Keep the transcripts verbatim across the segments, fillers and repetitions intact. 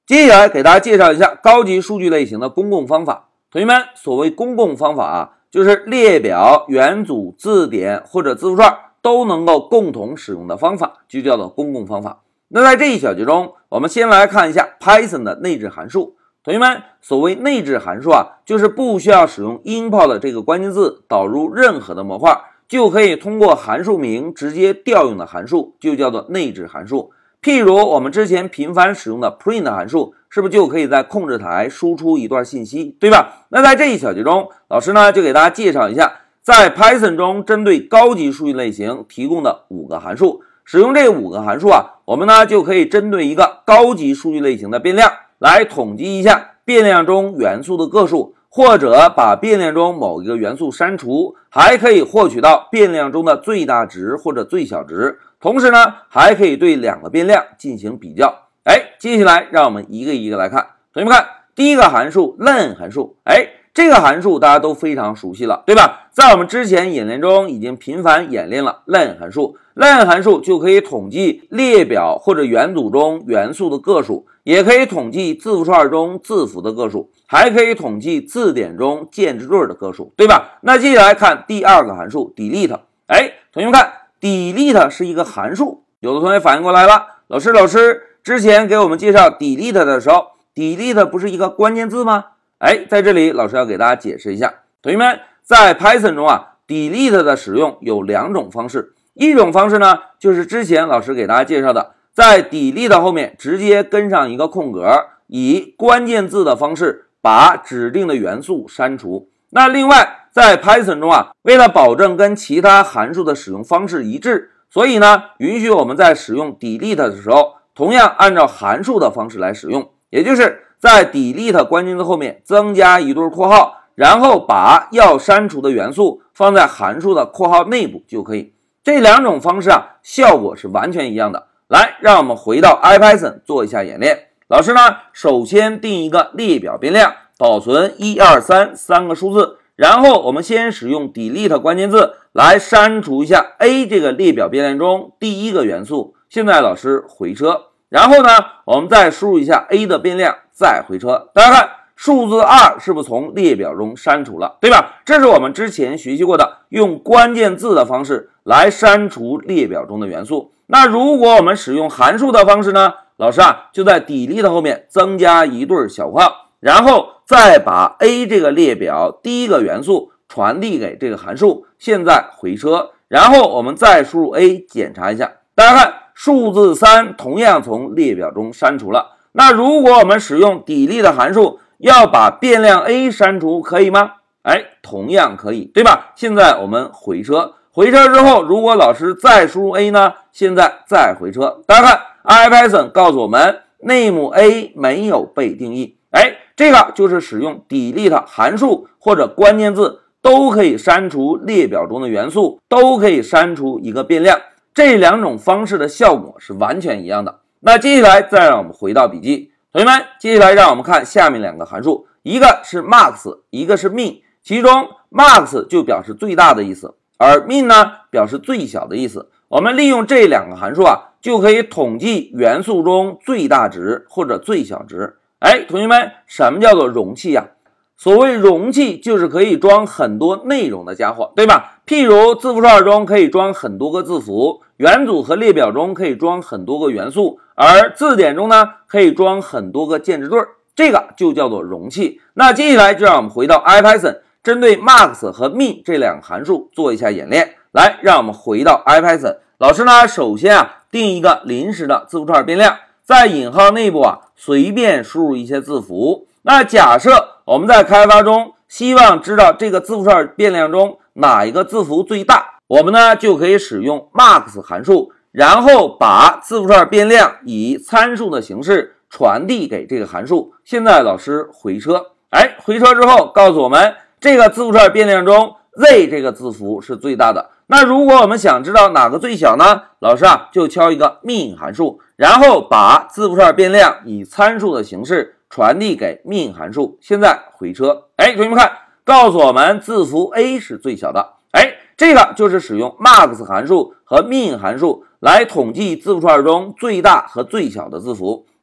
接下来给大家介绍一下高级数据类型的公共方法。同学们，所谓公共方法啊，就是列表、元组、字典或者字符串都能够共同使用的方法，就叫做公共方法。那在这一小节中，我们先来看一下 Python 的内置函数。同学们，所谓内置函数啊，就是不需要使用 import 这个关键字导入任何的模块，就可以通过函数名直接调用的函数，就叫做内置函数。譬如我们之前频繁使用的 print 函数，是不是就可以在控制台输出一段信息，对吧？那在这一小节中，老师呢就给大家介绍一下，在 Python 中针对高级数据类型提供的五个函数。使用这五个函数啊，我们呢就可以针对一个高级数据类型的变量来统计一下变量中元素的个数，或者把变量中某一个元素删除，还可以获取到变量中的最大值或者最小值。同时呢，还可以对两个变量进行比较。哎，接下来让我们一个一个来看。同学们看，第一个函数 len 函数，哎，这个函数大家都非常熟悉了，对吧？在我们之前演练中已经频繁演练了 len 函数。len 函数就可以统计列表或者元组中元素的个数，也可以统计字符串中字符的个数，还可以统计字典中键值对的个数，对吧？那接下来看第二个函数 delete。哎，同学们看 delete 是一个函数，有的同学反应过来了，老师老师之前给我们介绍 delete 的时候 delete 不是一个关键字吗？哎，在这里老师要给大家解释一下。同学们，在 Python 中啊 delete 的使用有两种方式。一种方式呢，就是之前老师给大家介绍的，在 delete 后面直接跟上一个空格，以关键字的方式把指定的元素删除。那另外在 Python 中啊，为了保证跟其他函数的使用方式一致，所以呢，允许我们在使用 delete 的时候，同样按照函数的方式来使用，也就是在 delete 关键字后面增加一对括号，然后把要删除的元素放在函数的括号内部就可以。这两种方式啊，效果是完全一样的。来，让我们回到 IPython 做一下演练。老师呢，首先定一个列表变量，保存一二三三个数字，然后我们先使用 delete 关键字来删除一下 A 这个列表变量中第一个元素。现在老师回车，然后呢，我们再输入一下 A 的变量，再回车。大家看，数字二是不是从列表中删除了，对吧？这是我们之前学习过的用关键字的方式来删除列表中的元素。那如果我们使用函数的方式呢，老师啊就在 delete 后面增加一对小括号，然后再把 A 这个列表第一个元素传递给这个函数。现在回车，然后我们再输入 A 检查一下，大家看数字三同样从列表中删除了。那如果我们使用 delete 函数要把变量 A 删除可以吗？哎，同样可以，对吧？现在我们回车，回车之后，如果老师再输入 A 呢？现在再回车，大家看 IPython 告诉我们 name A 没有被定义。哎，这个就是使用 delete 函数或者关键字都可以删除列表中的元素，都可以删除一个变量。这两种方式的效果是完全一样的。那接下来再让我们回到笔记。同学们，接下来让我们看下面两个函数，一个是 max， 一个是 min。其中 max 就表示最大的意思，而 min 呢表示最小的意思。我们利用这两个函数啊，就可以统计元素中最大值或者最小值。哎，同学们，什么叫做容器呀？所谓容器就是可以装很多内容的家伙，对吧？譬如字符串中可以装很多个字符，元组和列表中可以装很多个元素，而字典中呢可以装很多个键值对，这个就叫做容器。那接下来就让我们回到 IPython， 针对 max 和 min 这两个函数做一下演练。来，让我们回到 IPython， 老师呢首先啊定一个临时的字符串变量，在引号内部啊随便输入一些字符。那假设我们在开发中希望知道这个字符串变量中哪一个字符最大，我们呢就可以使用 max 函数，然后把字符串变量以参数的形式传递给这个函数。现在老师回车，哎，回车之后告诉我们这个字符串变量中 z 这个字符是最大的。那如果我们想知道哪个最小呢？老师啊就敲一个 min 函数，然后把字符串变量以参数的形式传递给 min 函数。现在回车，哎，同学们看，告诉我们字符 A 是最小的。哎，这个就是使用 max 函数和 min 函数来统计字符串中最大和最小的字符。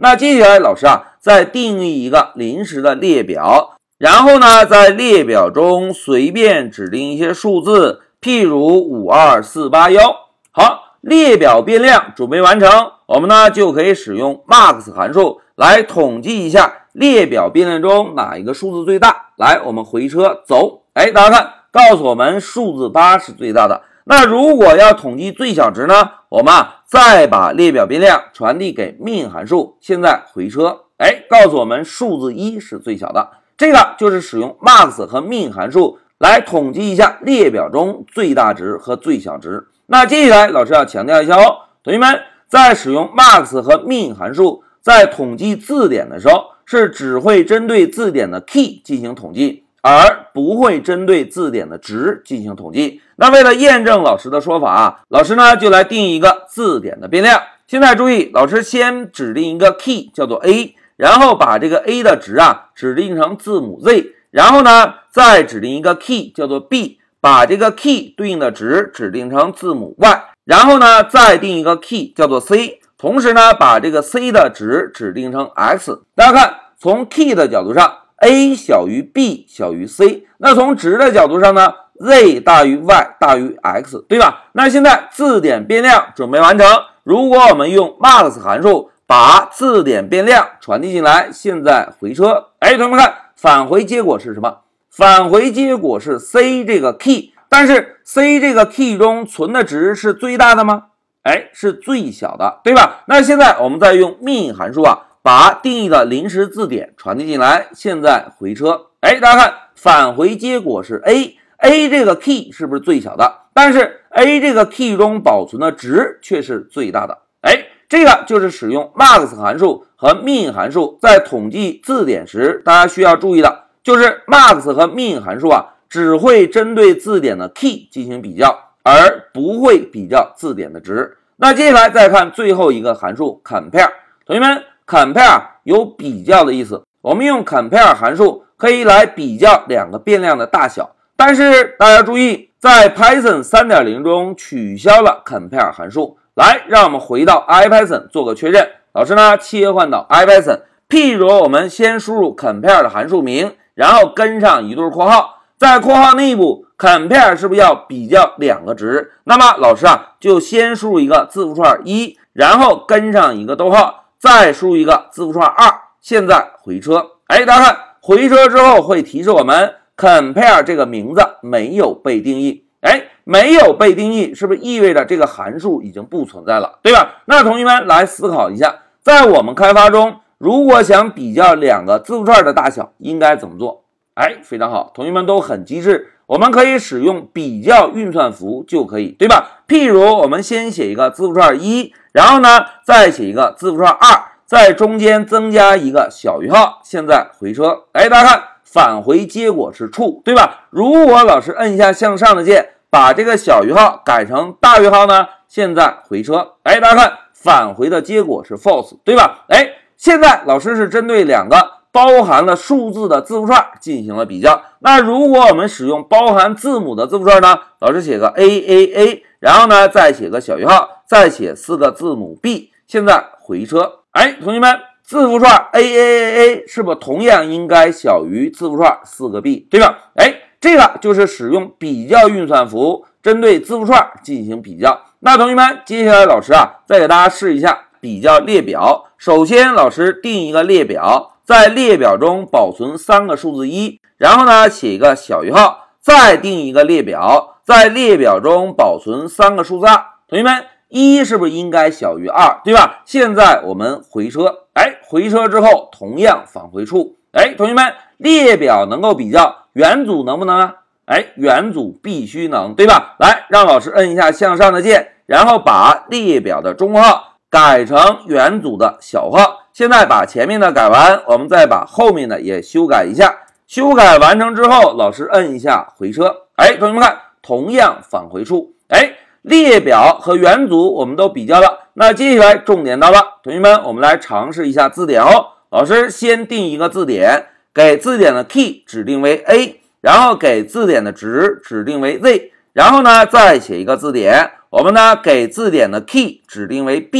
那接下来老师啊，再定义一个临时的列表，然后呢，在列表中随便指定一些数字，譬如五二四八一。好，列表变量准备完成，我们呢就可以使用 max 函数来统计一下列表变量中哪一个数字最大。来，我们回车走，哎，大家看，告诉我们数字八是最大的。那如果要统计最小值呢，我们啊再把列表变量传递给 min 函数，现在回车，哎，告诉我们数字一是最小的。这个就是使用 max 和 min 函数来统计一下列表中最大值和最小值。那接下来老师要强调一下哦，同学们在使用 max 和 min 函数在统计字典的时候，是只会针对字典的 key 进行统计，而不会针对字典的值进行统计。那为了验证老师的说法啊，老师呢就来定一个字典的变量。现在注意，老师先指定一个 key 叫做 a， 然后把这个 a 的值啊指定成字母 z， 然后呢再指定一个 key 叫做 b， 把这个 key 对应的值指定成字母 y， 然后呢再定一个 key 叫做 c， 同时呢把这个 c 的值指定成 x。 大家看，从 key 的角度上 a 小于 b 小于 c， 那从值的角度上呢 z 大于 y 大于 x， 对吧？那现在字典变量准备完成，如果我们用 max 函数把字典变量传递进来，现在回车，哎，同学们看，返回结果是什么？返回结果是 c 这个 key， 但是 c 这个 key 中存的值是最大的吗？哎，是最小的，对吧？那现在我们再用 min 函数啊，把定义的临时字典传递进来，现在回车，哎，大家看，返回结果是 a， a 这个 key 是不是最小的？但是 a 这个 key 中保存的值却是最大的。哎，这个就是使用 max 函数和 min 函数在统计字典时大家需要注意的，就是 max 和 min 函数啊，只会针对字典的 key 进行比较，而不会比较字典的值。那接下来再看最后一个函数 compare， 同学们 compare 有比较的意思，我们用 compare 函数可以来比较两个变量的大小，但是大家注意，在 Python 三点零 中取消了 compare 函数。来，让我们回到 IPython 做个确认。老师呢切换到 IPython， 譬如我们先输入 compare 的函数名，然后跟上一对括号，在括号内部 compare 是不是要比较两个值？那么老师啊就先输入一个字符串一，然后跟上一个逗号，再输入一个字符串二，现在回车。哎，大家看，回车之后会提示我们 compare 这个名字没有被定义。哎，没有被定义，是不是意味着这个函数已经不存在了，对吧？那同学们来思考一下，在我们开发中，如果想比较两个字符串的大小，应该怎么做？哎，非常好，同学们都很机智，我们可以使用比较运算符就可以，对吧？譬如我们先写一个字符串一，然后呢再写一个字符串二，在中间增加一个小于号，现在回车。哎，大家看，返回结果是 true， 对吧？如果老师摁一下向上的键，把这个小于号改成大于号呢，现在回车。哎，大家看，返回的结果是 false， 对吧？哎，现在老师是针对两个包含了数字的字符串进行了比较。那如果我们使用包含字母的字符串呢，老师写个 a a a， 然后呢再写个小于号，再写四个字母 b， 现在回车。哎，同学们，字符串 a a a a 是不是同样应该小于字符串四个 b， 对吧？哎，这个就是使用比较运算符针对字符串进行比较。那同学们，接下来老师啊再给大家试一下比较列表。首先老师定一个列表，在列表中保存三个数字一，然后呢写一个小于号，再定一个列表，在列表中保存三个数字二。同学们，一是不是应该小于二，对吧？现在我们回车，哎，回车之后同样返回处。哎，同学们，列表能够比较，元组能不能啊？哎，元组必须能，对吧？来，让老师摁一下向上的键，然后把列表的中号改成元组的小号。现在把前面的改完，我们再把后面的也修改一下。修改完成之后，老师摁一下回车。哎，同学们看，同样返回处。哎，列表和元组我们都比较了，那接下来重点到了，同学们，我们来尝试一下字典哦。老师先定一个字典，给字典的 key 指定为 a， 然后给字典的值指定为 z， 然后呢再写一个字典，我们呢给字典的 key 指定为 b，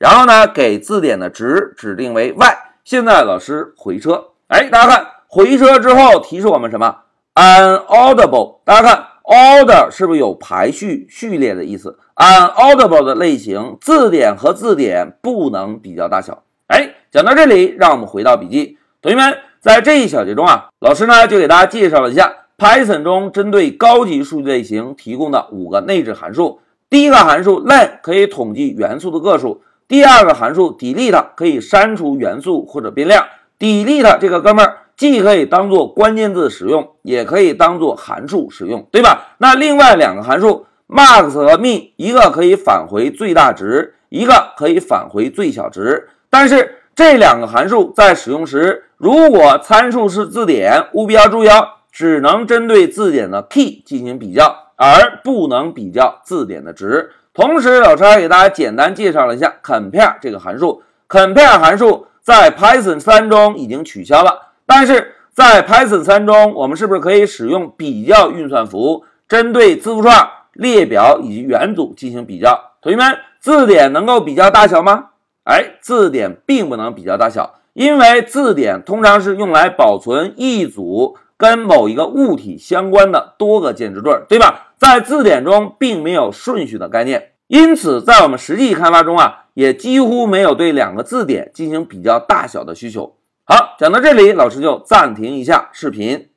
然后呢给字典的值指定为 Y。现在老师回车，哎，大家看回车之后提示我们什么 ？Unaudible。大家看 order 是不是有排序、序列的意思 ？Unaudible 的类型，字典和字典不能比较大小。哎，讲到这里，让我们回到笔记，同学们，在这一小节中啊，老师呢就给大家介绍了一下 Python 中针对高级数据类型提供的五个内置函数。第一个函数 len 可以统计元素的个数，第二个函数 delete 可以删除元素或者变量。delete 这个哥们儿既可以当做关键字使用，也可以当做函数使用，对吧？那另外两个函数 max 和 min， 一个可以返回最大值，一个可以返回最小值。但是这两个函数在使用时，如果参数是字典，务必要注意哦，只能针对字典的 key 进行比较，而不能比较字典的值。同时，老师还给大家简单介绍了一下 compare 这个函数。compare 函数在 Python 三中已经取消了，但是在 Python 三中，我们是不是可以使用比较运算符，针对字符串、列表以及元组进行比较？同学们，字典能够比较大小吗？哎，字典并不能比较大小，因为字典通常是用来保存一组跟某一个物体相关的多个键值对，对吧？在字典中并没有顺序的概念，因此在我们实际开发中啊，也几乎没有对两个字典进行比较大小的需求。好，讲到这里，老师就暂停一下视频。